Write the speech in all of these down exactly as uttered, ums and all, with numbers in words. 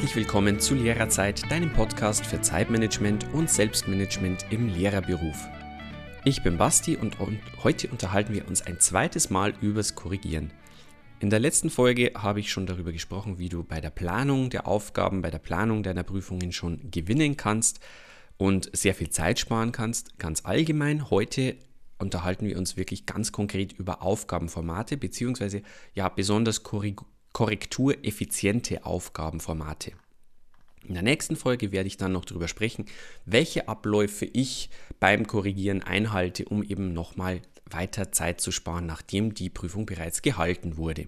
Herzlich willkommen zu Lehrerzeit, deinem Podcast für Zeitmanagement und Selbstmanagement im Lehrerberuf. Ich bin Basti und, und heute unterhalten wir uns ein zweites Mal übers Korrigieren. In der letzten Folge habe ich schon darüber gesprochen, wie du bei der Planung der Aufgaben, bei der Planung deiner Prüfungen schon gewinnen kannst und sehr viel Zeit sparen kannst. Ganz allgemein, heute unterhalten wir uns wirklich ganz konkret über Aufgabenformate beziehungsweise ja besonders korrig- korrektureffiziente Aufgabenformate. In der nächsten Folge werde ich dann noch darüber sprechen, welche Abläufe ich beim Korrigieren einhalte, um eben nochmal weiter Zeit zu sparen, nachdem die Prüfung bereits gehalten wurde.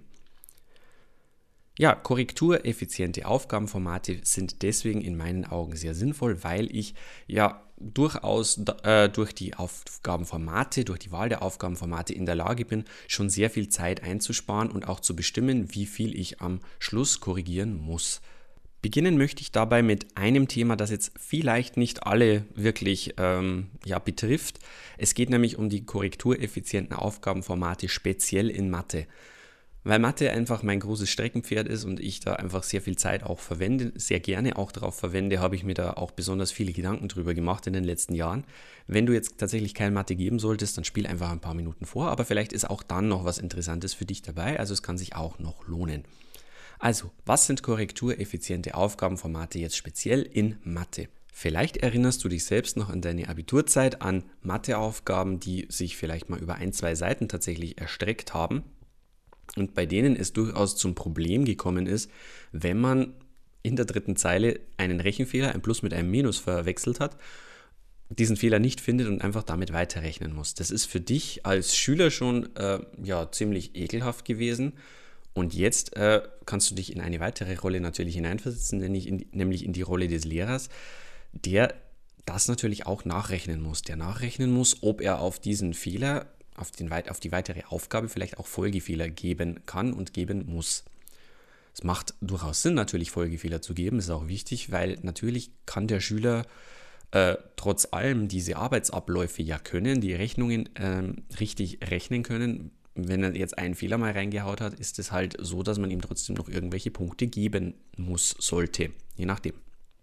Ja, korrektureffiziente Aufgabenformate sind deswegen in meinen Augen sehr sinnvoll, weil ich ja durchaus äh, durch die Aufgabenformate, durch die Wahl der Aufgabenformate in der Lage bin, schon sehr viel Zeit einzusparen und auch zu bestimmen, wie viel ich am Schluss korrigieren muss. Beginnen möchte ich dabei mit einem Thema, das jetzt vielleicht nicht alle wirklich ähm, ja, betrifft. Es geht nämlich um die korrektureffizienten Aufgabenformate, speziell in Mathe. Weil Mathe einfach mein großes Streckenpferd ist und ich da einfach sehr viel Zeit auch verwende, sehr gerne auch darauf verwende, habe ich mir da auch besonders viele Gedanken drüber gemacht in den letzten Jahren. Wenn du jetzt tatsächlich kein Mathe geben solltest, dann spiel einfach ein paar Minuten vor, aber vielleicht ist auch dann noch was Interessantes für dich dabei, also es kann sich auch noch lohnen. Also, was sind korrektureffiziente Aufgabenformate jetzt speziell in Mathe? Vielleicht erinnerst du dich selbst noch an deine Abiturzeit, an Matheaufgaben, die sich vielleicht mal über ein, zwei Seiten tatsächlich erstreckt haben. Und bei denen es durchaus zum Problem gekommen ist, wenn man in der dritten Zeile einen Rechenfehler, ein Plus mit einem Minus verwechselt hat, diesen Fehler nicht findet und einfach damit weiterrechnen muss. Das ist für dich als Schüler schon äh, ja, ziemlich ekelhaft gewesen. Und jetzt äh, kannst du dich in eine weitere Rolle natürlich hineinversetzen, nämlich in, nämlich in die Rolle des Lehrers, der das natürlich auch nachrechnen muss. Der nachrechnen muss, ob er auf diesen Fehler Auf, den, auf die weitere Aufgabe vielleicht auch Folgefehler geben kann und geben muss. Es macht durchaus Sinn, natürlich Folgefehler zu geben, das ist auch wichtig, weil natürlich kann der Schüler äh, trotz allem diese Arbeitsabläufe ja können, die Rechnungen äh, richtig rechnen können. Wenn er jetzt einen Fehler mal reingehaut hat, ist es halt so, dass man ihm trotzdem noch irgendwelche Punkte geben muss, sollte, je nachdem.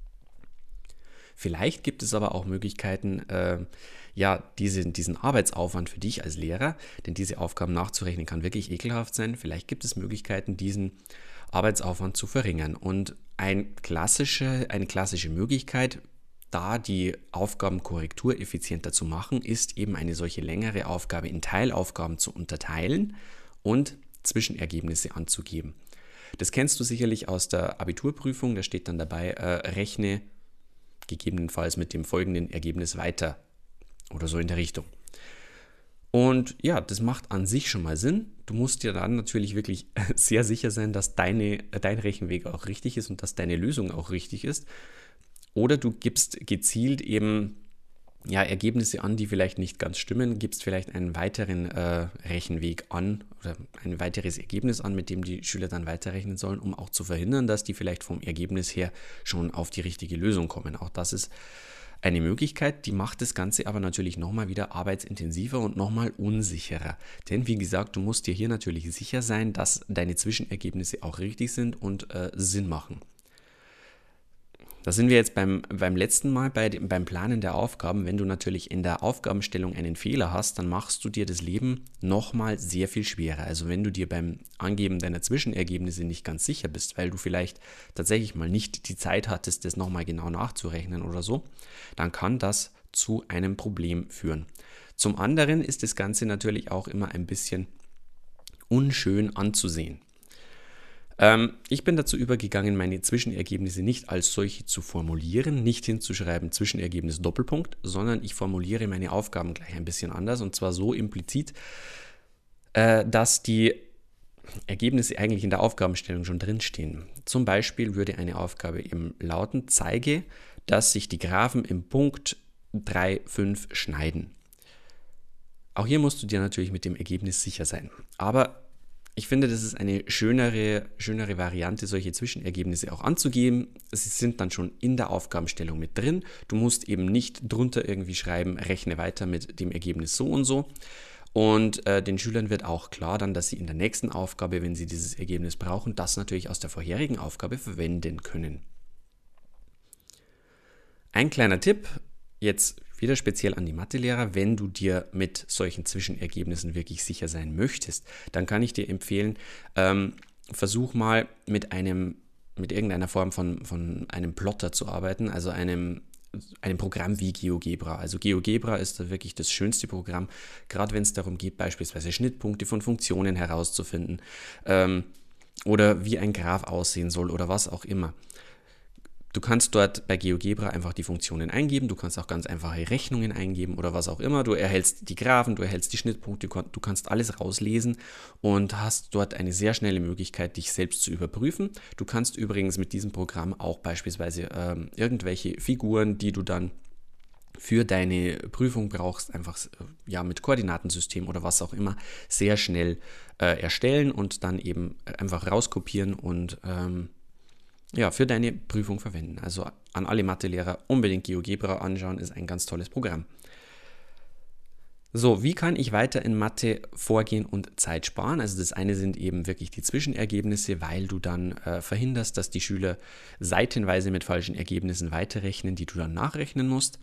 Vielleicht gibt es aber auch Möglichkeiten, äh, ja, diesen, diesen Arbeitsaufwand für dich als Lehrer, denn diese Aufgaben nachzurechnen kann wirklich ekelhaft sein. Vielleicht gibt es Möglichkeiten, diesen Arbeitsaufwand zu verringern. Und ein klassische, eine klassische Möglichkeit, da die Aufgaben korrektureffizienter zu machen, ist eben eine solche längere Aufgabe in Teilaufgaben zu unterteilen und Zwischenergebnisse anzugeben. Das kennst du sicherlich aus der Abiturprüfung, da steht dann dabei, äh, rechne gegebenenfalls mit dem folgenden Ergebnis weiter oder so in der Richtung. Und ja, das macht an sich schon mal Sinn. Du musst dir dann natürlich wirklich sehr sicher sein, dass deine, dein Rechenweg auch richtig ist und dass deine Lösung auch richtig ist. Oder du gibst gezielt eben ja, Ergebnisse an, die vielleicht nicht ganz stimmen, gibst vielleicht einen weiteren äh, Rechenweg an oder ein weiteres Ergebnis an, mit dem die Schüler dann weiterrechnen sollen, um auch zu verhindern, dass die vielleicht vom Ergebnis her schon auf die richtige Lösung kommen. Auch das ist eine Möglichkeit, die macht das Ganze aber natürlich nochmal wieder arbeitsintensiver und nochmal unsicherer. Denn wie gesagt, du musst dir hier natürlich sicher sein, dass deine Zwischenergebnisse auch richtig sind und äh, Sinn machen. Da sind wir jetzt beim, beim letzten Mal bei dem, beim Planen der Aufgaben. Wenn du natürlich in der Aufgabenstellung einen Fehler hast, dann machst du dir das Leben nochmal sehr viel schwerer. Also wenn du dir beim Angeben deiner Zwischenergebnisse nicht ganz sicher bist, weil du vielleicht tatsächlich mal nicht die Zeit hattest, das nochmal genau nachzurechnen oder so, dann kann das zu einem Problem führen. Zum anderen ist das Ganze natürlich auch immer ein bisschen unschön anzusehen. Ich bin dazu übergegangen, meine Zwischenergebnisse nicht als solche zu formulieren, nicht hinzuschreiben Zwischenergebnis Doppelpunkt, sondern ich formuliere meine Aufgaben gleich ein bisschen anders und zwar so implizit, dass die Ergebnisse eigentlich in der Aufgabenstellung schon drinstehen. Zum Beispiel würde eine Aufgabe eben lauten, zeige, dass sich die Graphen im Punkt drei, fünf schneiden. Auch hier musst du dir natürlich mit dem Ergebnis sicher sein, aber ich finde, das ist eine schönere, schönere Variante, solche Zwischenergebnisse auch anzugeben. Sie sind dann schon in der Aufgabenstellung mit drin. Du musst eben nicht drunter irgendwie schreiben, rechne weiter mit dem Ergebnis so und so. Und äh, den Schülern wird auch klar dann, dass sie in der nächsten Aufgabe, wenn sie dieses Ergebnis brauchen, das natürlich aus der vorherigen Aufgabe verwenden können. Ein kleiner Tipp, jetzt wieder speziell an die Mathelehrer: Wenn du dir mit solchen Zwischenergebnissen wirklich sicher sein möchtest, dann kann ich dir empfehlen, ähm, versuch mal mit einem, mit irgendeiner Form von, von einem Plotter zu arbeiten, also einem, einem Programm wie GeoGebra. Also GeoGebra ist da wirklich das schönste Programm, gerade wenn es darum geht, beispielsweise Schnittpunkte von Funktionen herauszufinden, ähm, oder wie ein Graph aussehen soll oder was auch immer. Du kannst dort bei GeoGebra einfach die Funktionen eingeben, du kannst auch ganz einfache Rechnungen eingeben oder was auch immer. Du erhältst die Graphen, du erhältst die Schnittpunkte, du kannst alles rauslesen und hast dort eine sehr schnelle Möglichkeit, dich selbst zu überprüfen. Du kannst übrigens mit diesem Programm auch beispielsweise ähm, irgendwelche Figuren, die du dann für deine Prüfung brauchst, einfach ja mit Koordinatensystem oder was auch immer, sehr schnell äh, erstellen und dann eben einfach rauskopieren und ähm, ja, für deine Prüfung verwenden. Also an alle Mathelehrer unbedingt GeoGebra anschauen, ist ein ganz tolles Programm. So, wie kann ich weiter in Mathe vorgehen und Zeit sparen? Also das eine sind eben wirklich die Zwischenergebnisse, weil du dann äh, verhinderst, dass die Schüler seitenweise mit falschen Ergebnissen weiterrechnen, die du dann nachrechnen musst.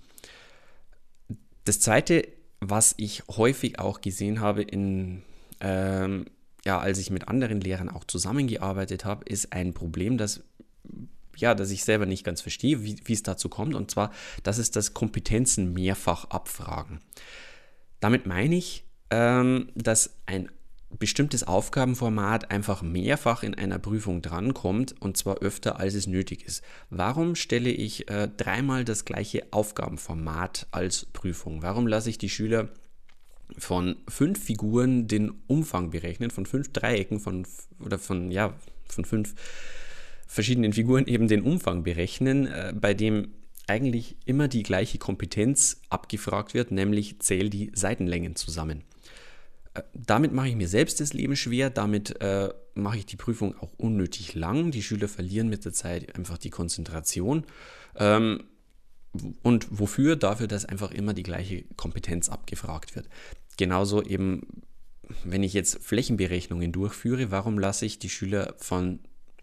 Das zweite, was ich häufig auch gesehen habe, in, ähm, ja, als ich mit anderen Lehrern auch zusammengearbeitet habe, ist ein Problem, das ja, dass ich selber nicht ganz verstehe, wie, wie es dazu kommt. Und zwar, das ist das Kompetenzen mehrfach abfragen. Damit meine ich, ähm, dass ein bestimmtes Aufgabenformat einfach mehrfach in einer Prüfung drankommt und zwar öfter, als es nötig ist. Warum stelle ich äh, dreimal das gleiche Aufgabenformat als Prüfung? Warum lasse ich die Schüler von fünf Figuren den Umfang berechnen, von fünf Dreiecken, von, oder von, ja, von fünf verschiedenen Figuren eben den Umfang berechnen, äh, bei dem eigentlich immer die gleiche Kompetenz abgefragt wird, nämlich zähl die Seitenlängen zusammen. Äh, damit mache ich mir selbst das Leben schwer, damit äh, mache ich die Prüfung auch unnötig lang. Die Schüler verlieren mit der Zeit einfach die Konzentration. Ähm, und wofür? Dafür, dass einfach immer die gleiche Kompetenz abgefragt wird. Genauso eben, wenn ich jetzt Flächenberechnungen durchführe, warum lasse ich die Schüler von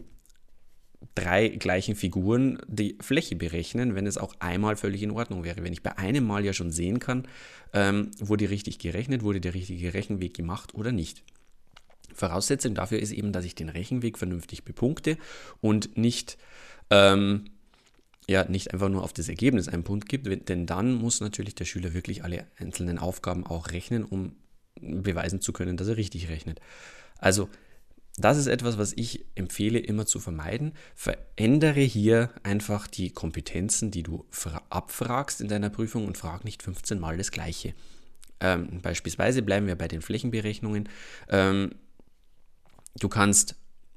drei gleichen Figuren die Fläche berechnen, wenn es auch einmal völlig in Ordnung wäre. Wenn ich bei einem Mal ja schon sehen kann, ähm, wurde richtig gerechnet, wurde der richtige Rechenweg gemacht oder nicht. Voraussetzung dafür ist eben, dass ich den Rechenweg vernünftig bepunkte und nicht, ähm, ja, nicht einfach nur auf das Ergebnis einen Punkt gibt, denn dann muss natürlich der Schüler wirklich alle einzelnen Aufgaben auch rechnen, um beweisen zu können, dass er richtig rechnet. Also das ist etwas, was ich empfehle, immer zu vermeiden. Verändere hier einfach die Kompetenzen, die du abfragst in deiner Prüfung und frag nicht fünfzehn Mal das Gleiche. Ähm, beispielsweise bleiben wir bei den Flächenberechnungen. Ähm, du kannst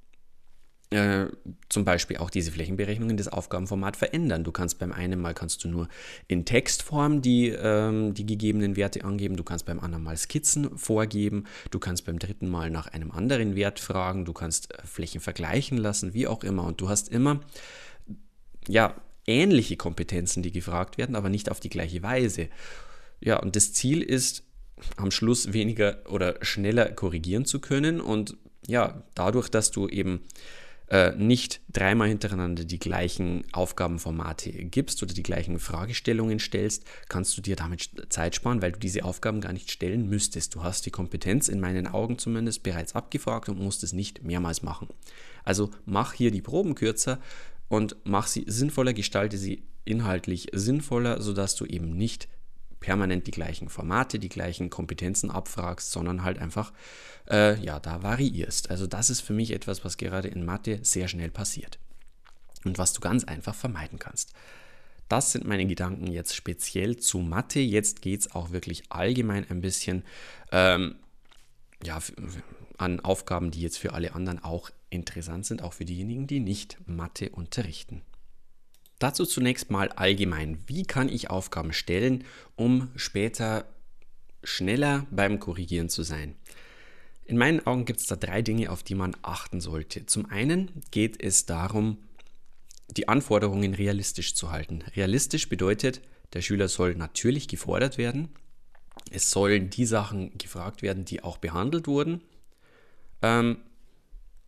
äh, zum Beispiel auch diese Flächenberechnungen, das Aufgabenformat verändern. Du kannst beim einen Mal kannst du nur in Textform die, ähm, die gegebenen Werte angeben, du kannst beim anderen Mal Skizzen vorgeben, du kannst beim dritten Mal nach einem anderen Wert fragen, du kannst äh, Flächen vergleichen lassen, wie auch immer. Und du hast immer ja, ähnliche Kompetenzen, die gefragt werden, aber nicht auf die gleiche Weise. Ja, und das Ziel ist, am Schluss weniger oder schneller korrigieren zu können und ja, dadurch, dass du eben nicht dreimal hintereinander die gleichen Aufgabenformate gibst oder die gleichen Fragestellungen stellst, kannst du dir damit Zeit sparen, weil du diese Aufgaben gar nicht stellen müsstest. Du hast die Kompetenz, in meinen Augen zumindest, bereits abgefragt und musst es nicht mehrmals machen. Also mach hier die Proben kürzer und mach sie sinnvoller, gestalte sie inhaltlich sinnvoller, sodass du eben nicht permanent die gleichen Formate, die gleichen Kompetenzen abfragst, sondern halt einfach, äh, ja, da variierst. Also das ist für mich etwas, was gerade in Mathe sehr schnell passiert und was du ganz einfach vermeiden kannst. Das sind meine Gedanken jetzt speziell zu Mathe. Jetzt geht es auch wirklich allgemein ein bisschen ähm, ja, an Aufgaben, die jetzt für alle anderen auch interessant sind, auch für diejenigen, die nicht Mathe unterrichten. Dazu zunächst mal allgemein. Wie kann ich Aufgaben stellen, um später schneller beim Korrigieren zu sein? In meinen Augen gibt es da drei Dinge, auf die man achten sollte. Zum einen geht es darum, die Anforderungen realistisch zu halten. Realistisch bedeutet, der Schüler soll natürlich gefordert werden. Es sollen die Sachen gefragt werden, die auch behandelt wurden. Ähm,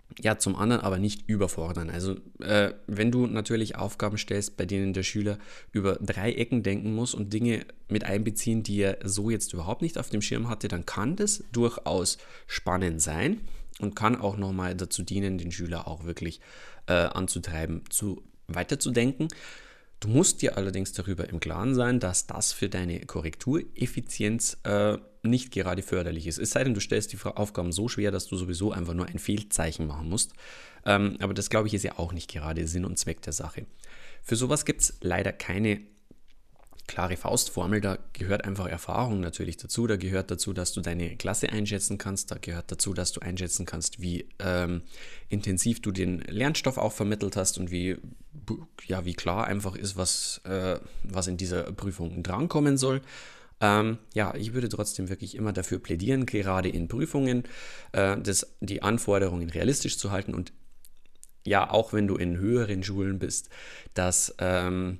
Ja, zum anderen aber nicht überfordern. Also äh, wenn du natürlich Aufgaben stellst, bei denen der Schüler über drei Ecken denken muss und Dinge mit einbeziehen, die er so jetzt überhaupt nicht auf dem Schirm hatte, dann kann das durchaus spannend sein und kann auch nochmal dazu dienen, den Schüler auch wirklich äh, anzutreiben, zu weiterzudenken. Du musst dir allerdings darüber im Klaren sein, dass das für deine Korrektureffizienz äh, nicht gerade förderlich ist. Es sei denn, du stellst die Aufgaben so schwer, dass du sowieso einfach nur ein Fehlzeichen machen musst. Ähm, aber das, glaube ich, ist ja auch nicht gerade Sinn und Zweck der Sache. Für sowas gibt es leider keine klare Faustformel, da gehört einfach Erfahrung natürlich dazu, da gehört dazu, dass du deine Klasse einschätzen kannst, da gehört dazu, dass du einschätzen kannst, wie ähm, intensiv du den Lernstoff auch vermittelt hast und wie, ja, wie klar einfach ist, was, äh, was in dieser Prüfung drankommen soll. Ähm, ja, ich würde trotzdem wirklich immer dafür plädieren, gerade in Prüfungen, äh, das, die Anforderungen realistisch zu halten und ja, auch wenn du in höheren Schulen bist, dass ähm,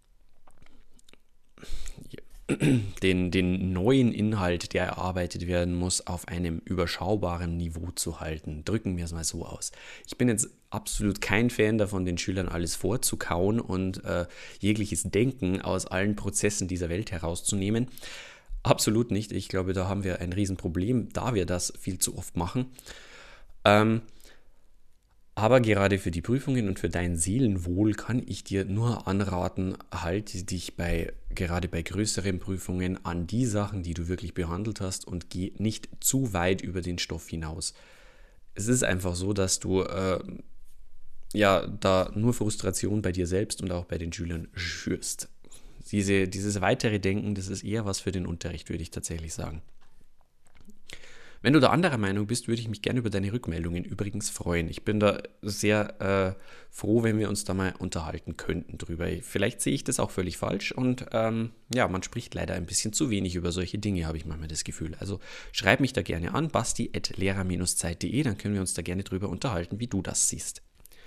Den, den neuen Inhalt, der erarbeitet werden muss, auf einem überschaubaren Niveau zu halten. Drücken wir es mal so aus. Ich bin jetzt absolut kein Fan davon, den Schülern alles vorzukauen und äh, jegliches Denken aus allen Prozessen dieser Welt herauszunehmen. Absolut nicht. Ich glaube, da haben wir ein Riesenproblem, da wir das viel zu oft machen. Ähm, Aber gerade für die Prüfungen und für dein Seelenwohl kann ich dir nur anraten, halte dich bei, gerade bei größeren Prüfungen an die Sachen, die du wirklich behandelt hast und geh nicht zu weit über den Stoff hinaus. Es ist einfach so, dass du äh, ja da nur Frustration bei dir selbst und auch bei den Schülern schürst. Diese, dieses weitere Denken, das ist eher was für den Unterricht, würde ich tatsächlich sagen. Wenn du da anderer Meinung bist, würde ich mich gerne über deine Rückmeldungen übrigens freuen. Ich bin da sehr äh, froh, wenn wir uns da mal unterhalten könnten drüber. Vielleicht sehe ich das auch völlig falsch und ähm, ja, man spricht leider ein bisschen zu wenig über solche Dinge, habe ich manchmal das Gefühl. Also schreib mich da gerne an, basti at lehrer Bindestrich zeit punkt de, dann können wir uns da gerne drüber unterhalten, wie du das siehst.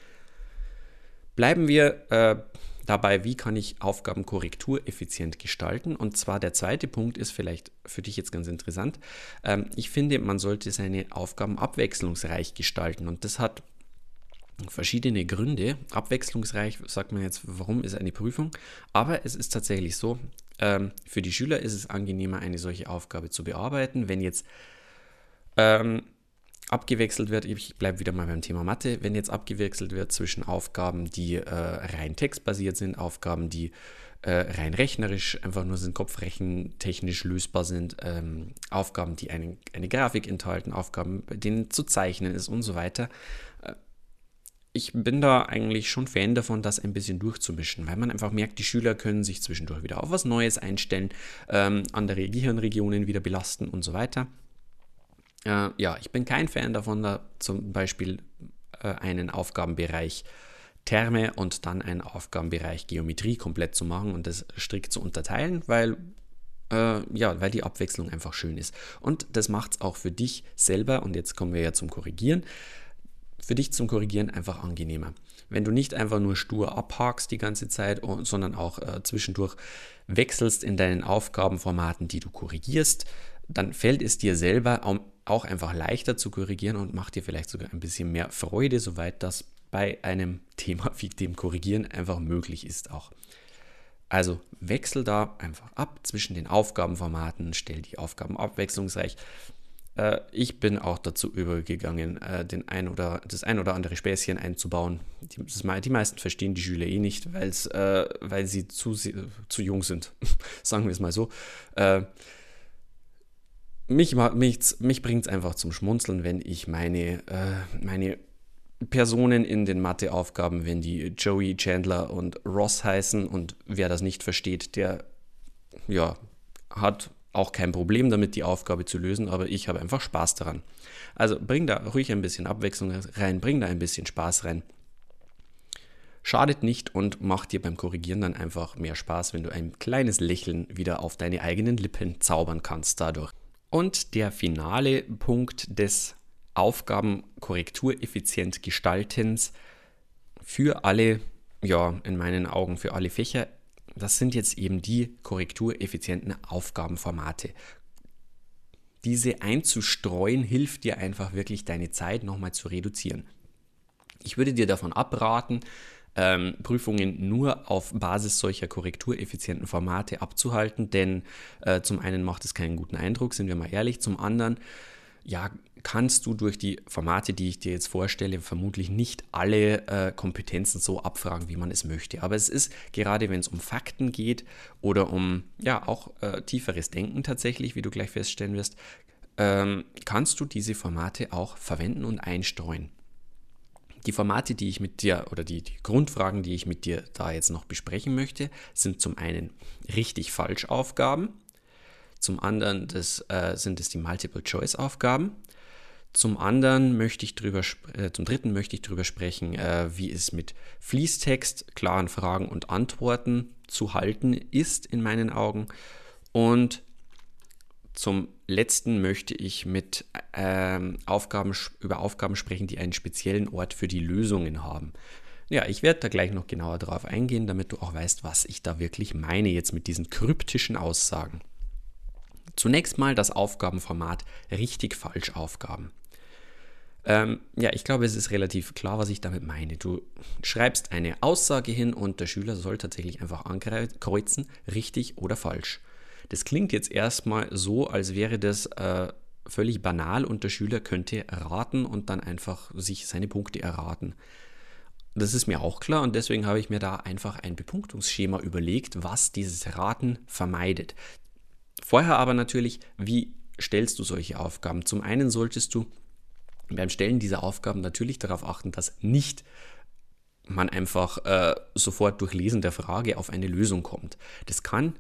Bleiben wir äh, dabei, wie kann ich Aufgaben korrektureffizient gestalten? Und zwar der zweite Punkt ist vielleicht für dich jetzt ganz interessant. Ähm, ich finde, man sollte seine Aufgaben abwechslungsreich gestalten und das hat verschiedene Gründe. Abwechslungsreich sagt man jetzt, warum ist eine Prüfung? Aber es ist tatsächlich so, ähm, für die Schüler ist es angenehmer, eine solche Aufgabe zu bearbeiten, wenn jetzt ähm, abgewechselt wird, ich bleibe wieder mal beim Thema Mathe, wenn jetzt abgewechselt wird zwischen Aufgaben, die äh, rein textbasiert sind, Aufgaben, die äh, rein rechnerisch einfach nur sind, kopfrechentechnisch lösbar sind, ähm, Aufgaben, die eine, eine Grafik enthalten, Aufgaben, bei denen zu zeichnen ist und so weiter. Äh, ich bin da eigentlich schon Fan davon, das ein bisschen durchzumischen, weil man einfach merkt, die Schüler können sich zwischendurch wieder auf was Neues einstellen, ähm, andere Gehirnregionen wieder belasten und so weiter. Äh, ja, ich bin kein Fan davon, da zum Beispiel äh, einen Aufgabenbereich Terme und dann einen Aufgabenbereich Geometrie komplett zu machen und das strikt zu unterteilen, weil, äh, ja, weil die Abwechslung einfach schön ist. Und das macht es auch für dich selber, und jetzt kommen wir ja zum Korrigieren, für dich zum Korrigieren einfach angenehmer. Wenn du nicht einfach nur stur abhakst die ganze Zeit, sondern auch äh, zwischendurch wechselst in deinen Aufgabenformaten, die du korrigierst, dann fällt es dir selber auch einfach leichter zu korrigieren und macht dir vielleicht sogar ein bisschen mehr Freude, soweit das bei einem Thema wie dem Korrigieren einfach möglich ist auch. Also wechsel da einfach ab zwischen den Aufgabenformaten, stell die Aufgaben abwechslungsreich. Äh, ich bin auch dazu übergegangen, äh, den ein oder, das ein oder andere Späßchen einzubauen. Die, das, die meisten verstehen die Schüler eh nicht, äh, weil sie zu, zu jung sind, sagen wir es mal so. Äh, Mich, mich, mich bringt es einfach zum Schmunzeln, wenn ich meine, äh, meine Personen in den Matheaufgaben, wenn die Joey, Chandler und Ross heißen und wer das nicht versteht, der ja, hat auch kein Problem damit, die Aufgabe zu lösen, aber ich habe einfach Spaß daran. Also bring da ruhig ein bisschen Abwechslung rein, bring da ein bisschen Spaß rein. Schadet nicht und macht dir beim Korrigieren dann einfach mehr Spaß, wenn du ein kleines Lächeln wieder auf deine eigenen Lippen zaubern kannst dadurch. Und der finale Punkt des Aufgabenkorrektureffizient Gestaltens für alle, ja, in meinen Augen für alle Fächer, das sind jetzt eben die korrektureffizienten Aufgabenformate. Diese einzustreuen hilft dir einfach wirklich, deine Zeit nochmal zu reduzieren. Ich würde dir davon abraten, ähm, Prüfungen nur auf Basis solcher korrektureffizienten Formate abzuhalten, denn äh, zum einen macht es keinen guten Eindruck, sind wir mal ehrlich, zum anderen, ja, kannst du durch die Formate, die ich dir jetzt vorstelle, vermutlich nicht alle äh, Kompetenzen so abfragen, wie man es möchte. Aber es ist, gerade wenn es um Fakten geht oder um, ja, auch äh, tieferes Denken tatsächlich, wie du gleich feststellen wirst, ähm, kannst du diese Formate auch verwenden und einstreuen. Die Formate, die ich mit dir, oder die, die Grundfragen, die ich mit dir da jetzt noch besprechen möchte, sind zum einen Richtig-Falsch-Aufgaben, zum anderen das, äh, sind es die Multiple-Choice-Aufgaben, zum anderen möchte ich drüber, äh, zum dritten möchte ich darüber sprechen, äh, wie es mit Fließtext, klaren Fragen und Antworten zu halten ist in meinen Augen. Und zum letzten möchte ich mit ähm, Aufgaben, über Aufgaben sprechen, die einen speziellen Ort für die Lösungen haben. Ja, ich werde da gleich noch genauer drauf eingehen, damit du auch weißt, was ich da wirklich meine jetzt mit diesen kryptischen Aussagen. Zunächst mal das Aufgabenformat Richtig-Falsch-Aufgaben. Ähm, ja, ich glaube, es ist relativ klar, was ich damit meine. Du schreibst eine Aussage hin und der Schüler soll tatsächlich einfach ankreuzen, richtig oder falsch. Das klingt jetzt erstmal so, als wäre das äh, völlig banal und der Schüler könnte raten und dann einfach sich seine Punkte erraten. Das ist mir auch klar und deswegen habe ich mir da einfach ein Bepunktungsschema überlegt, was dieses Raten vermeidet. Vorher aber natürlich, wie stellst du solche Aufgaben? Zum einen solltest du beim Stellen dieser Aufgaben natürlich darauf achten, dass nicht man einfach äh, sofort durch Lesen der Frage auf eine Lösung kommt. Das kann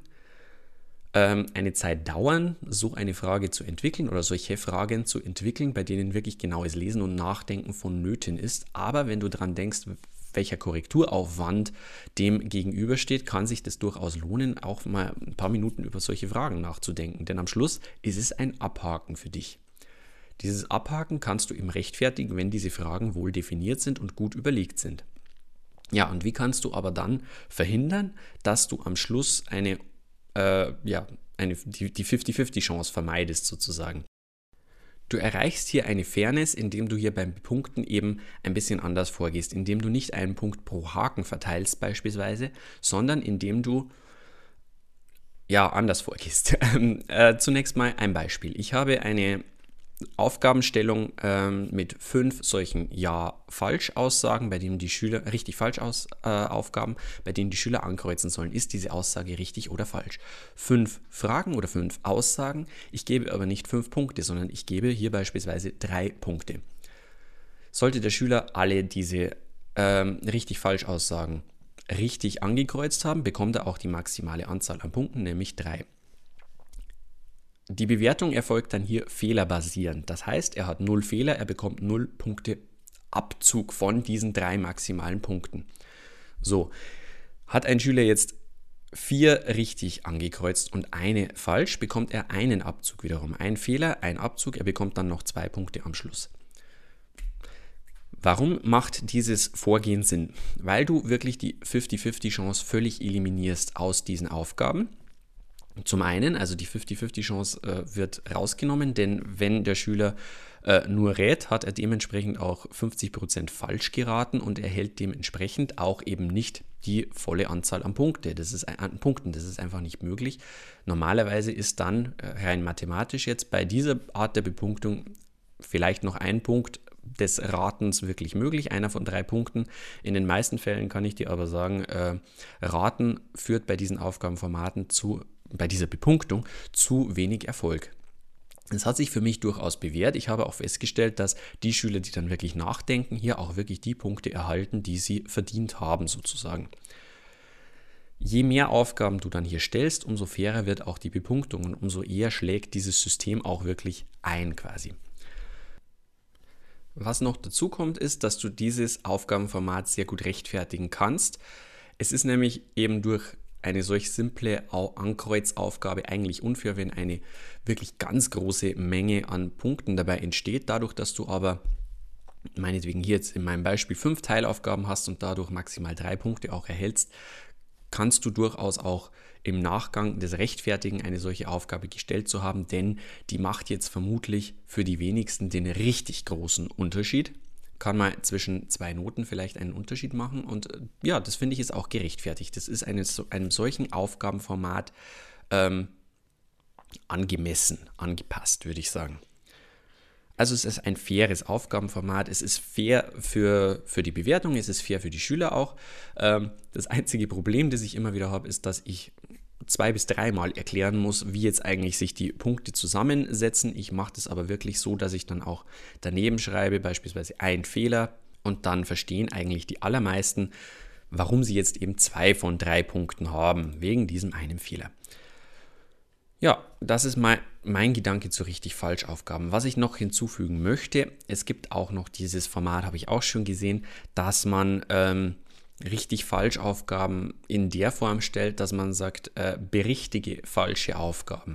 ähm, eine Zeit dauern, so eine Frage zu entwickeln oder solche Fragen zu entwickeln, bei denen wirklich genaues Lesen und Nachdenken vonnöten ist. Aber wenn du daran denkst, welcher Korrekturaufwand dem gegenübersteht, kann sich das durchaus lohnen, auch mal ein paar Minuten über solche Fragen nachzudenken. Denn am Schluss ist es ein Abhaken für dich. Dieses Abhaken kannst du eben rechtfertigen, wenn diese Fragen wohl definiert sind und gut überlegt sind. Ja, und wie kannst du aber dann verhindern, dass du am Schluss eine, äh, ja, eine, die, die fünfzig fünfzig Chance vermeidest sozusagen? Du erreichst hier eine Fairness, indem du hier beim Punkten eben ein bisschen anders vorgehst, indem du nicht einen Punkt pro Haken verteilst beispielsweise, sondern indem du ja anders vorgehst. äh, zunächst mal ein Beispiel. Ich habe eine Aufgabenstellung ähm, mit fünf solchen Ja-Falsch-Aussagen, bei denen die Schüler, richtig-falsch-Aufgaben, äh, bei denen die Schüler ankreuzen sollen, ist diese Aussage richtig oder falsch. Fünf Fragen oder fünf Aussagen, ich gebe aber nicht fünf Punkte, sondern ich gebe hier beispielsweise drei Punkte. Sollte der Schüler alle diese ähm, richtig-falsch-Aussagen richtig angekreuzt haben, bekommt er auch die maximale Anzahl an Punkten, nämlich drei. Die Bewertung erfolgt dann hier fehlerbasierend. Das heißt, er hat null Fehler, er bekommt null Punkte Abzug von diesen drei maximalen Punkten. So, hat ein Schüler jetzt vier richtig angekreuzt und eine falsch, bekommt er einen Abzug wiederum. Ein Fehler, ein Abzug, er bekommt dann noch zwei Punkte am Schluss. Warum macht dieses Vorgehen Sinn? Weil du wirklich die fünfzig fünfzig Chance völlig eliminierst aus diesen Aufgaben. Zum einen, also die fünfzig fünfzig Chance äh, wird rausgenommen, denn wenn der Schüler äh, nur rät, hat er dementsprechend auch fünfzig Prozent falsch geraten und erhält dementsprechend auch eben nicht die volle Anzahl an, Punkte. Das ist, an Punkten. Das ist einfach nicht möglich. Normalerweise ist dann äh, rein mathematisch jetzt bei dieser Art der Bepunktung vielleicht noch ein Punkt des Ratens wirklich möglich, einer von drei Punkten. In den meisten Fällen kann ich dir aber sagen, äh, Raten führt bei diesen Aufgabenformaten zu bei dieser Bepunktung zu wenig Erfolg. Es hat sich für mich durchaus bewährt. Ich habe auch festgestellt, dass die Schüler, die dann wirklich nachdenken, hier auch wirklich die Punkte erhalten, die sie verdient haben sozusagen. Je mehr Aufgaben du dann hier stellst, umso fairer wird auch die Bepunktung und umso eher schlägt dieses System auch wirklich ein quasi. Was noch dazu kommt, ist, dass du dieses Aufgabenformat sehr gut rechtfertigen kannst. Es ist nämlich eben durch eine solch simple Ankreuzaufgabe eigentlich unfair, wenn eine wirklich ganz große Menge an Punkten dabei entsteht. Dadurch, dass du aber meinetwegen hier jetzt in meinem Beispiel fünf Teilaufgaben hast und dadurch maximal drei Punkte auch erhältst, kannst du durchaus auch im Nachgang das rechtfertigen, eine solche Aufgabe gestellt zu haben, denn die macht jetzt vermutlich für die wenigsten den richtig großen Unterschied. kann man zwischen zwei Noten vielleicht einen Unterschied machen und ja, das finde ich ist auch gerechtfertigt. Das ist eine, einem solchen Aufgabenformat ähm, angemessen, angepasst, würde ich sagen. Also es ist ein faires Aufgabenformat, es ist fair für, für die Bewertung, es ist fair für die Schüler auch. Ähm, das einzige Problem, das ich immer wieder habe, ist, dass ich zwei bis dreimal erklären muss, wie jetzt eigentlich sich die Punkte zusammensetzen. Ich mache das aber wirklich so, dass ich dann auch daneben schreibe, beispielsweise ein Fehler, und dann verstehen eigentlich die allermeisten, warum sie jetzt eben zwei von drei Punkten haben, wegen diesem einen Fehler. Ja, das ist mein, mein Gedanke zu Richtig-Falsch-Aufgaben. Was ich noch hinzufügen möchte, es gibt auch noch dieses Format, habe ich auch schon gesehen, dass man ähm, Richtig-Falsch-Aufgaben in der Form stellt, dass man sagt, äh, berichtige falsche Aufgaben.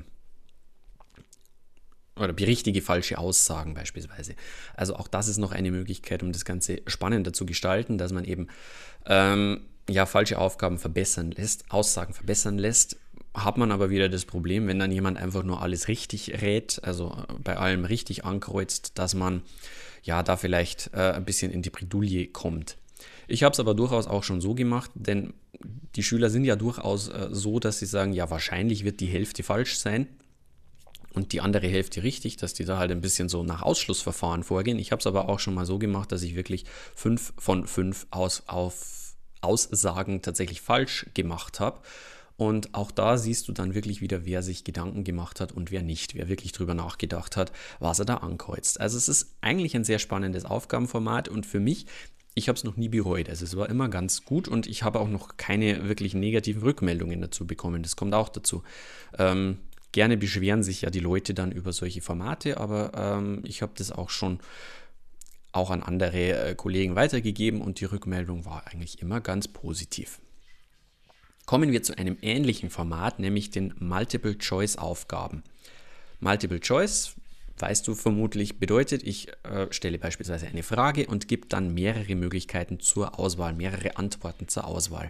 Oder berichtige falsche Aussagen beispielsweise. Also auch das ist noch eine Möglichkeit, um das Ganze spannender zu gestalten, dass man eben ähm, ja, falsche Aufgaben verbessern lässt, Aussagen verbessern lässt. Hat man aber wieder das Problem, wenn dann jemand einfach nur alles richtig rät, also bei allem richtig ankreuzt, dass man ja da vielleicht äh, ein bisschen in die Bredouille kommt. Ich habe es aber durchaus auch schon so gemacht, denn die Schüler sind ja durchaus äh, so, dass sie sagen, ja, wahrscheinlich wird die Hälfte falsch sein und die andere Hälfte richtig, dass die da halt ein bisschen so nach Ausschlussverfahren vorgehen. Ich habe es aber auch schon mal so gemacht, dass ich wirklich fünf von fünf aus, auf Aussagen tatsächlich falsch gemacht habe. Und auch da siehst du dann wirklich wieder, wer sich Gedanken gemacht hat und wer nicht, wer wirklich drüber nachgedacht hat, was er da ankreuzt. Also es ist eigentlich ein sehr spannendes Aufgabenformat und für mich, ich habe es noch nie bereut. Also es war immer ganz gut und ich habe auch noch keine wirklich negativen Rückmeldungen dazu bekommen. Das kommt auch dazu. Ähm, gerne beschweren sich ja die Leute dann über solche Formate, aber ähm, ich habe das auch schon auch an andere äh, Kollegen weitergegeben und die Rückmeldung war eigentlich immer ganz positiv. Kommen wir zu einem ähnlichen Format, nämlich den Multiple-Choice-Aufgaben. Multiple-Choice, weißt du vermutlich, bedeutet, ich äh, stelle beispielsweise eine Frage und gebe dann mehrere Möglichkeiten zur Auswahl, mehrere Antworten zur Auswahl.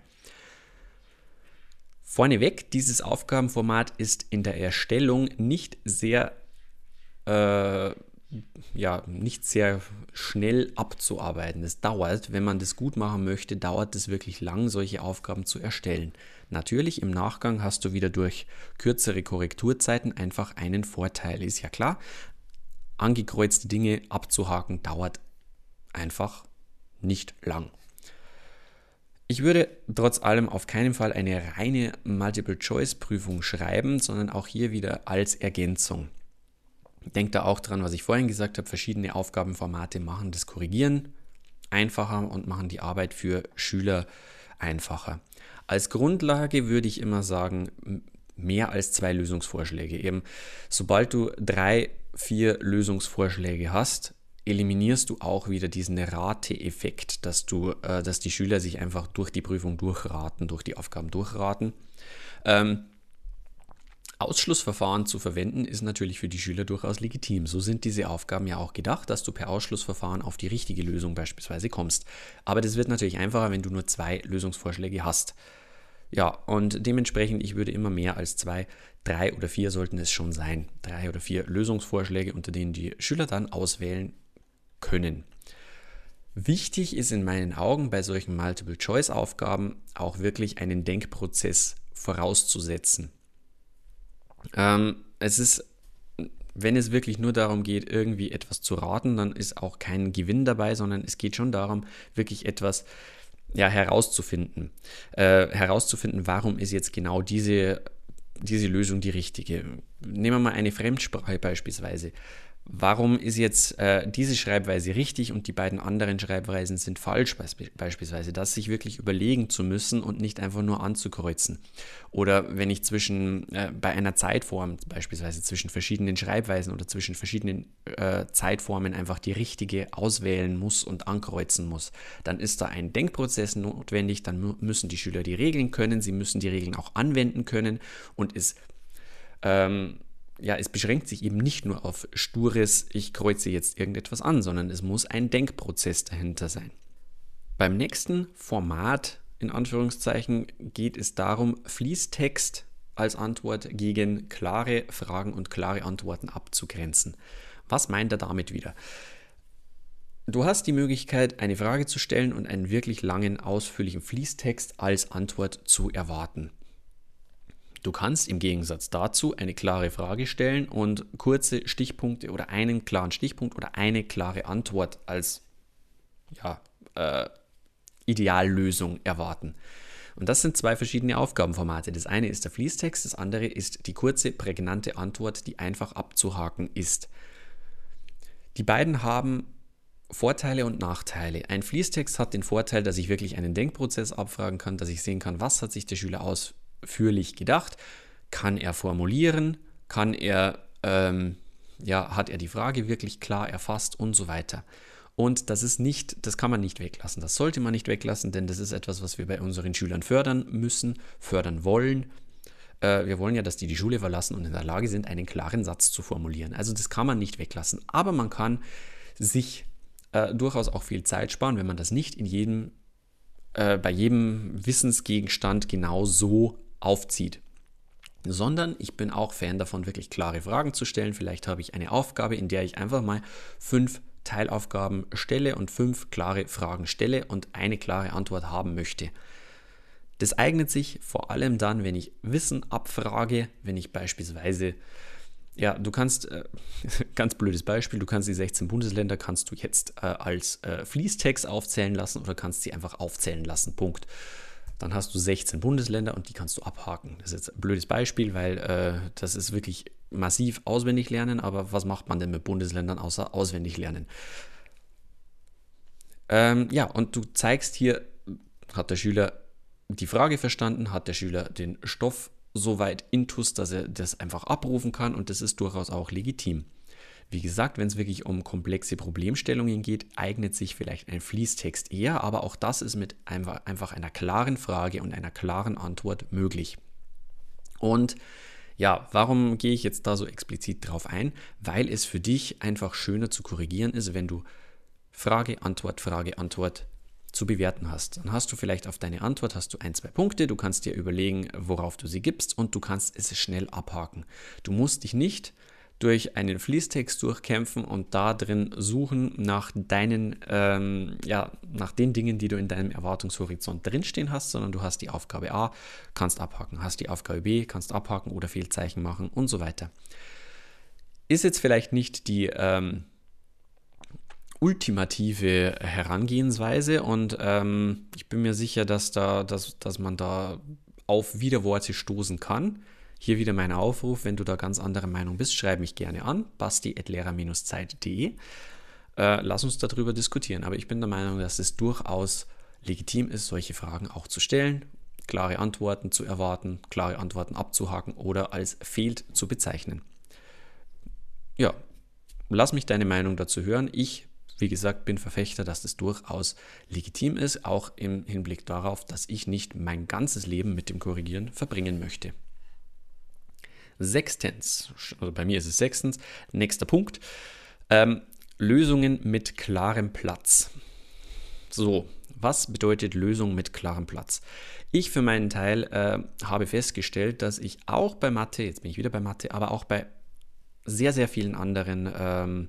Vorneweg, dieses Aufgabenformat ist in der Erstellung nicht sehr, äh, ja, nicht sehr schnell abzuarbeiten. Es dauert, wenn man das gut machen möchte, dauert es wirklich lang, solche Aufgaben zu erstellen. Natürlich, im Nachgang hast du wieder durch kürzere Korrekturzeiten einfach einen Vorteil. Ist ja klar, angekreuzte Dinge abzuhaken dauert einfach nicht lang. Ich würde trotz allem auf keinen Fall eine reine Multiple-Choice-Prüfung schreiben, sondern auch hier wieder als Ergänzung. Denkt da auch dran, was ich vorhin gesagt habe, verschiedene Aufgabenformate machen das Korrigieren einfacher und machen die Arbeit für Schüler einfacher. Als Grundlage würde ich immer sagen, mehr als zwei Lösungsvorschläge. Eben, sobald du drei, vier Lösungsvorschläge hast, eliminierst du auch wieder diesen Rate-Effekt, dass du, äh, dass die Schüler sich einfach durch die Prüfung durchraten, durch die Aufgaben durchraten. Ähm, Ausschlussverfahren zu verwenden ist natürlich für die Schüler durchaus legitim. So sind diese Aufgaben ja auch gedacht, dass du per Ausschlussverfahren auf die richtige Lösung beispielsweise kommst. Aber das wird natürlich einfacher, wenn du nur zwei Lösungsvorschläge hast. Ja, und dementsprechend, ich würde immer mehr als zwei, drei oder vier sollten es schon sein. Drei oder vier Lösungsvorschläge, unter denen die Schüler dann auswählen können. Wichtig ist in meinen Augen bei solchen Multiple-Choice-Aufgaben auch wirklich einen Denkprozess vorauszusetzen. Ähm, es ist, wenn es wirklich nur darum geht, irgendwie etwas zu raten, dann ist auch kein Gewinn dabei, sondern es geht schon darum, wirklich etwas ja, herauszufinden. Äh, herauszufinden, warum ist jetzt genau diese, diese Lösung die richtige. Nehmen wir mal eine Fremdsprache beispielsweise. Warum ist jetzt äh, diese Schreibweise richtig und die beiden anderen Schreibweisen sind falsch beispielsweise? Das sich wirklich überlegen zu müssen und nicht einfach nur anzukreuzen. Oder wenn ich zwischen äh, bei einer Zeitform beispielsweise zwischen verschiedenen Schreibweisen oder zwischen verschiedenen äh, Zeitformen einfach die richtige auswählen muss und ankreuzen muss, dann ist da ein Denkprozess notwendig, dann mu- müssen die Schüler die Regeln können, sie müssen die Regeln auch anwenden können und ist ähm, ja, es beschränkt sich eben nicht nur auf stures, ich kreuze jetzt irgendetwas an, sondern es muss ein Denkprozess dahinter sein. Beim nächsten Format, in Anführungszeichen, geht es darum, Fließtext als Antwort gegen klare Fragen und klare Antworten abzugrenzen. Was meint er damit wieder? Du hast die Möglichkeit, eine Frage zu stellen und einen wirklich langen, ausführlichen Fließtext als Antwort zu erwarten. Du kannst im Gegensatz dazu eine klare Frage stellen und kurze Stichpunkte oder einen klaren Stichpunkt oder eine klare Antwort als ja, äh, Ideallösung erwarten. Und das sind zwei verschiedene Aufgabenformate. Das eine ist der Fließtext, das andere ist die kurze, prägnante Antwort, die einfach abzuhaken ist. Die beiden haben Vorteile und Nachteile. Ein Fließtext hat den Vorteil, dass ich wirklich einen Denkprozess abfragen kann, dass ich sehen kann, was hat sich der Schüler ausführlich gedacht, kann er formulieren, kann er, ähm, ja, hat er die Frage wirklich klar erfasst und so weiter. Und das ist nicht, das kann man nicht weglassen, das sollte man nicht weglassen, denn das ist etwas, was wir bei unseren Schülern fördern müssen, fördern wollen. Äh, wir wollen ja, dass die die Schule verlassen und in der Lage sind, einen klaren Satz zu formulieren. Also das kann man nicht weglassen, aber man kann sich Äh, durchaus auch viel Zeit sparen, wenn man das nicht in jedem, äh, bei jedem Wissensgegenstand genau so aufzieht. Sondern ich bin auch Fan davon, wirklich klare Fragen zu stellen. Vielleicht habe ich eine Aufgabe, in der ich einfach mal fünf Teilaufgaben stelle und fünf klare Fragen stelle und eine klare Antwort haben möchte. Das eignet sich vor allem dann, wenn ich Wissen abfrage, wenn ich beispielsweise Ja, du kannst, äh, ganz blödes Beispiel, du kannst die sechzehn Bundesländer kannst du jetzt äh, als äh, Fließtext aufzählen lassen oder kannst sie einfach aufzählen lassen, Punkt. Dann hast du sechzehn Bundesländer und die kannst du abhaken. Das ist jetzt ein blödes Beispiel, weil äh, das ist wirklich massiv auswendig lernen, aber was macht man denn mit Bundesländern außer auswendig lernen? Ähm, ja, und du zeigst hier, hat der Schüler die Frage verstanden, hat der Schüler den Stoff so weit intus, dass er das einfach abrufen kann und das ist durchaus auch legitim. Wie gesagt, wenn es wirklich um komplexe Problemstellungen geht, eignet sich vielleicht ein Fließtext eher, aber auch das ist mit einfach einer klaren Frage und einer klaren Antwort möglich. Und ja, warum gehe ich jetzt da so explizit drauf ein? Weil es für dich einfach schöner zu korrigieren ist, wenn du Frage, Antwort, Frage, Antwort zu bewerten hast. Dann hast du vielleicht auf deine Antwort hast du ein, zwei Punkte, du kannst dir überlegen, worauf du sie gibst und du kannst es schnell abhaken. Du musst dich nicht durch einen Fließtext durchkämpfen und da drin suchen nach deinen, ähm, ja, nach den Dingen, die du in deinem Erwartungshorizont drinstehen hast, sondern du hast die Aufgabe A, kannst abhaken, hast die Aufgabe B, kannst abhaken oder Fehlzeichen machen und so weiter. Ist jetzt vielleicht nicht die ähm, ultimative Herangehensweise und ähm, ich bin mir sicher, dass, da, dass, dass man da auf Widerworte stoßen kann. Hier wieder mein Aufruf, wenn du da ganz anderer Meinung bist, schreib mich gerne an, basti at lehrer Bindestrich zeit punkt de. Äh, lass uns darüber diskutieren, aber ich bin der Meinung, dass es durchaus legitim ist, solche Fragen auch zu stellen, klare Antworten zu erwarten, klare Antworten abzuhaken oder als fehlt zu bezeichnen. Ja, lass mich deine Meinung dazu hören. Ich Wie gesagt, bin Verfechter, dass das durchaus legitim ist, auch im Hinblick darauf, dass ich nicht mein ganzes Leben mit dem Korrigieren verbringen möchte. Sechstens, also bei mir ist es sechstens, nächster Punkt, ähm, Lösungen mit klarem Platz. So, was bedeutet Lösung mit klarem Platz? Ich für meinen Teil äh, habe festgestellt, dass ich auch bei Mathe, jetzt bin ich wieder bei Mathe, aber auch bei sehr, sehr vielen anderen ähm,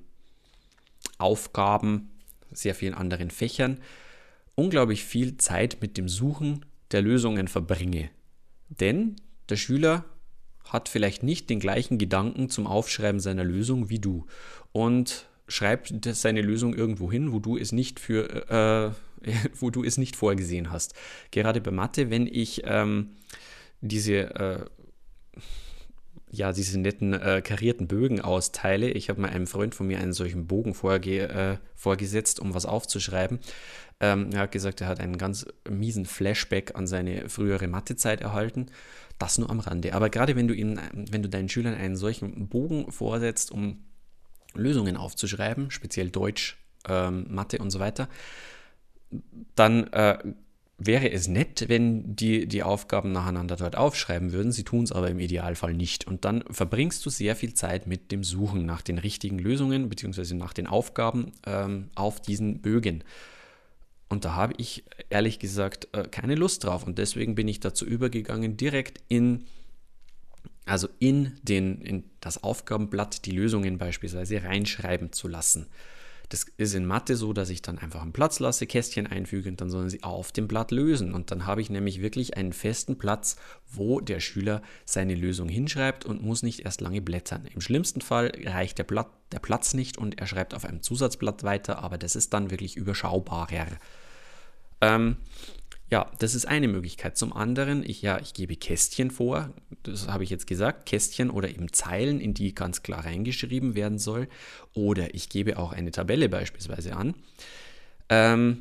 Aufgaben, sehr vielen anderen Fächern, unglaublich viel Zeit mit dem Suchen der Lösungen verbringe. Denn der Schüler hat vielleicht nicht den gleichen Gedanken zum Aufschreiben seiner Lösung wie du und schreibt seine Lösung irgendwo hin, wo du es nicht für, äh, wo du es nicht vorgesehen hast. Gerade bei Mathe, wenn ich ähm, diese äh, ja, diese netten äh, karierten Bögen austeile. Ich habe mal einem Freund von mir einen solchen Bogen vorge- äh, vorgesetzt, um was aufzuschreiben. Ähm, er hat gesagt, er hat einen ganz miesen Flashback an seine frühere Mathezeit erhalten. Das nur am Rande. Aber gerade wenn du ihnen, wenn du deinen Schülern einen solchen Bogen vorsetzt, um Lösungen aufzuschreiben, speziell Deutsch, ähm, Mathe und so weiter, dann äh, wäre es nett, wenn die die Aufgaben nacheinander dort aufschreiben würden. Sie tun es aber im Idealfall nicht. Und dann verbringst du sehr viel Zeit mit dem Suchen nach den richtigen Lösungen bzw. nach den Aufgaben ähm, auf diesen Bögen. Und da habe ich ehrlich gesagt äh, keine Lust drauf. Und deswegen bin ich dazu übergegangen, direkt in, also in, den, in das Aufgabenblatt die Lösungen beispielsweise reinschreiben zu lassen. Das ist in Mathe so, dass ich dann einfach einen Platz lasse, Kästchen einfüge und dann sollen sie auf dem Blatt lösen. Und dann habe ich nämlich wirklich einen festen Platz, wo der Schüler seine Lösung hinschreibt und muss nicht erst lange blättern. Im schlimmsten Fall reicht der, Blatt, der Platz nicht und er schreibt auf einem Zusatzblatt weiter, aber das ist dann wirklich überschaubarer. Ähm, Ja, das ist eine Möglichkeit. Zum anderen, ich, ja, ich gebe Kästchen vor, das habe ich jetzt gesagt, Kästchen oder eben Zeilen, in die ganz klar reingeschrieben werden soll. Oder ich gebe auch eine Tabelle beispielsweise an. Ähm,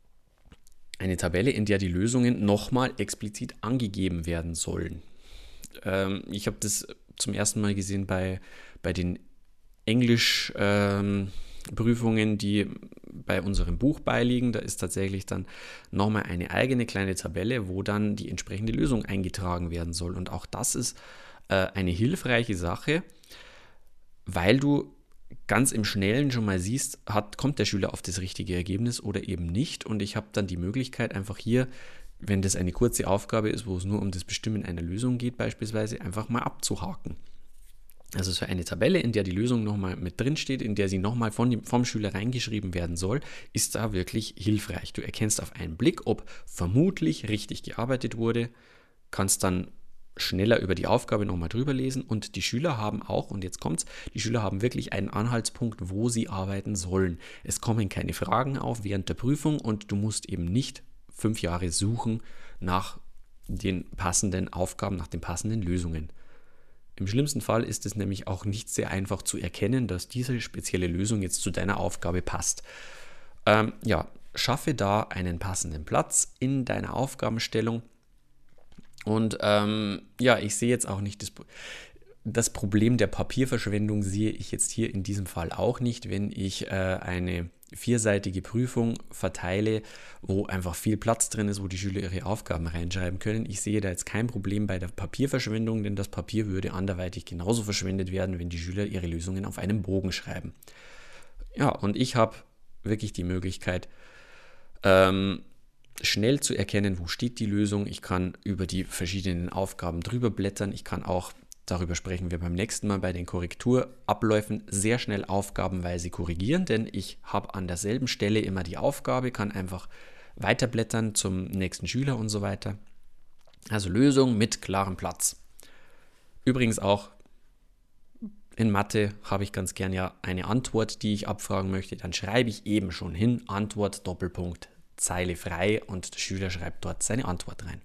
eine Tabelle, in der die Lösungen nochmal explizit angegeben werden sollen. Ähm, ich habe das zum ersten Mal gesehen bei, bei den Englisch... Ähm, Prüfungen, die bei unserem Buch beiliegen. Da ist tatsächlich dann nochmal eine eigene kleine Tabelle, wo dann die entsprechende Lösung eingetragen werden soll. Und auch das ist äh, eine hilfreiche Sache, weil du ganz im Schnellen schon mal siehst, hat, kommt der Schüler auf das richtige Ergebnis oder eben nicht. Und ich habe dann die Möglichkeit, einfach hier, wenn das eine kurze Aufgabe ist, wo es nur um das Bestimmen einer Lösung geht, beispielsweise einfach mal abzuhaken. Also so eine Tabelle, in der die Lösung nochmal mit drin steht, in der sie nochmal von vom Schüler reingeschrieben werden soll, ist da wirklich hilfreich. Du erkennst auf einen Blick, ob vermutlich richtig gearbeitet wurde, kannst dann schneller über die Aufgabe nochmal drüber lesen und die Schüler haben auch, und jetzt kommt's, die Schüler haben wirklich einen Anhaltspunkt, wo sie arbeiten sollen. Es kommen keine Fragen auf während der Prüfung und du musst eben nicht fünf Jahre suchen nach den passenden Aufgaben, nach den passenden Lösungen. Im schlimmsten Fall ist es nämlich auch nicht sehr einfach zu erkennen, dass diese spezielle Lösung jetzt zu deiner Aufgabe passt. Ähm, ja, schaffe da einen passenden Platz in deiner Aufgabenstellung. Und ähm, ja, ich sehe jetzt auch nicht das, das Problem der Papierverschwendung sehe ich jetzt hier in diesem Fall auch nicht, wenn ich äh, eine vierseitige Prüfung verteile, wo einfach viel Platz drin ist, wo die Schüler ihre Aufgaben reinschreiben können. Ich sehe da jetzt kein Problem bei der Papierverschwendung, denn das Papier würde anderweitig genauso verschwendet werden, wenn die Schüler ihre Lösungen auf einem Bogen schreiben. Ja, und ich habe wirklich die Möglichkeit, ähm, schnell zu erkennen, wo steht die Lösung. Ich kann über die verschiedenen Aufgaben drüber blättern. Ich kann auch, darüber sprechen wir beim nächsten Mal bei den Korrekturabläufen, sehr schnell aufgabenweise korrigieren, denn ich habe an derselben Stelle immer die Aufgabe, kann einfach weiterblättern zum nächsten Schüler und so weiter. Also Lösung mit klarem Platz. Übrigens auch in Mathe habe ich ganz gern ja eine Antwort, die ich abfragen möchte. Dann schreibe ich eben schon hin, Antwort, Doppelpunkt, Zeile frei und der Schüler schreibt dort seine Antwort rein.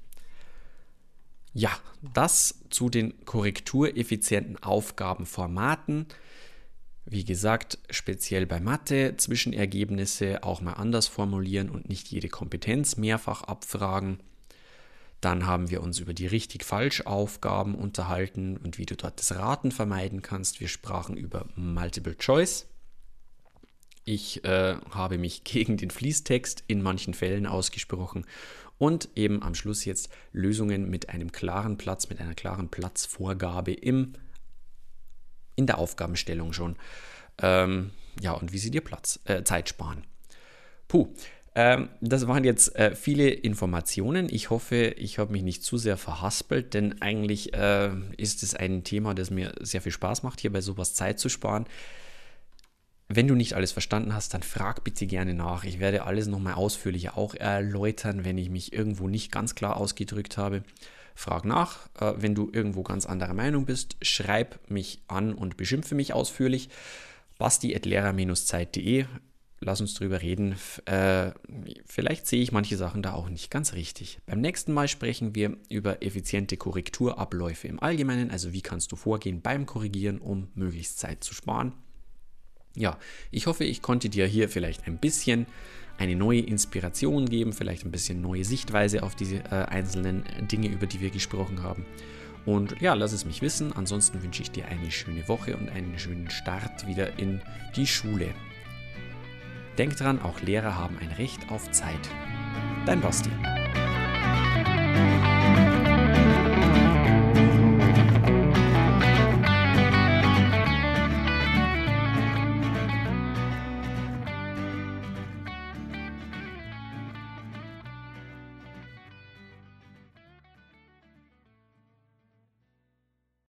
Ja, das zu den korrektureffizienten Aufgabenformaten. Wie gesagt, speziell bei Mathe, Zwischenergebnisse auch mal anders formulieren und nicht jede Kompetenz mehrfach abfragen. Dann haben wir uns über die Richtig-Falsch-Aufgaben unterhalten und wie du dort das Raten vermeiden kannst. Wir sprachen über Multiple Choice. Ich äh, habe mich gegen den Fließtext in manchen Fällen ausgesprochen. Und eben am Schluss jetzt Lösungen mit einem klaren Platz, mit einer klaren Platzvorgabe im, in der Aufgabenstellung schon. Ähm, ja, und wie sie dir Platz, äh, Zeit sparen. Puh, ähm, das waren jetzt äh, viele Informationen. Ich hoffe, ich habe mich nicht zu sehr verhaspelt, denn eigentlich äh, ist es ein Thema, das mir sehr viel Spaß macht, hier bei sowas Zeit zu sparen. Wenn du nicht alles verstanden hast, dann frag bitte gerne nach. Ich werde alles nochmal ausführlicher auch erläutern, wenn ich mich irgendwo nicht ganz klar ausgedrückt habe. Frag nach. Wenn du irgendwo ganz anderer Meinung bist, schreib mich an und beschimpfe mich ausführlich. basti at lehrer Bindestrich zeit punkt de. Lass uns drüber reden. Vielleicht sehe ich manche Sachen da auch nicht ganz richtig. Beim nächsten Mal sprechen wir über effiziente Korrekturabläufe im Allgemeinen. Also wie kannst du vorgehen beim Korrigieren, um möglichst Zeit zu sparen. Ja, ich hoffe, ich konnte dir hier vielleicht ein bisschen eine neue Inspiration geben, vielleicht ein bisschen neue Sichtweise auf diese äh, einzelnen Dinge, über die wir gesprochen haben. Und ja, lass es mich wissen. Ansonsten wünsche ich dir eine schöne Woche und einen schönen Start wieder in die Schule. Denk dran, auch Lehrer haben ein Recht auf Zeit. Dein Basti.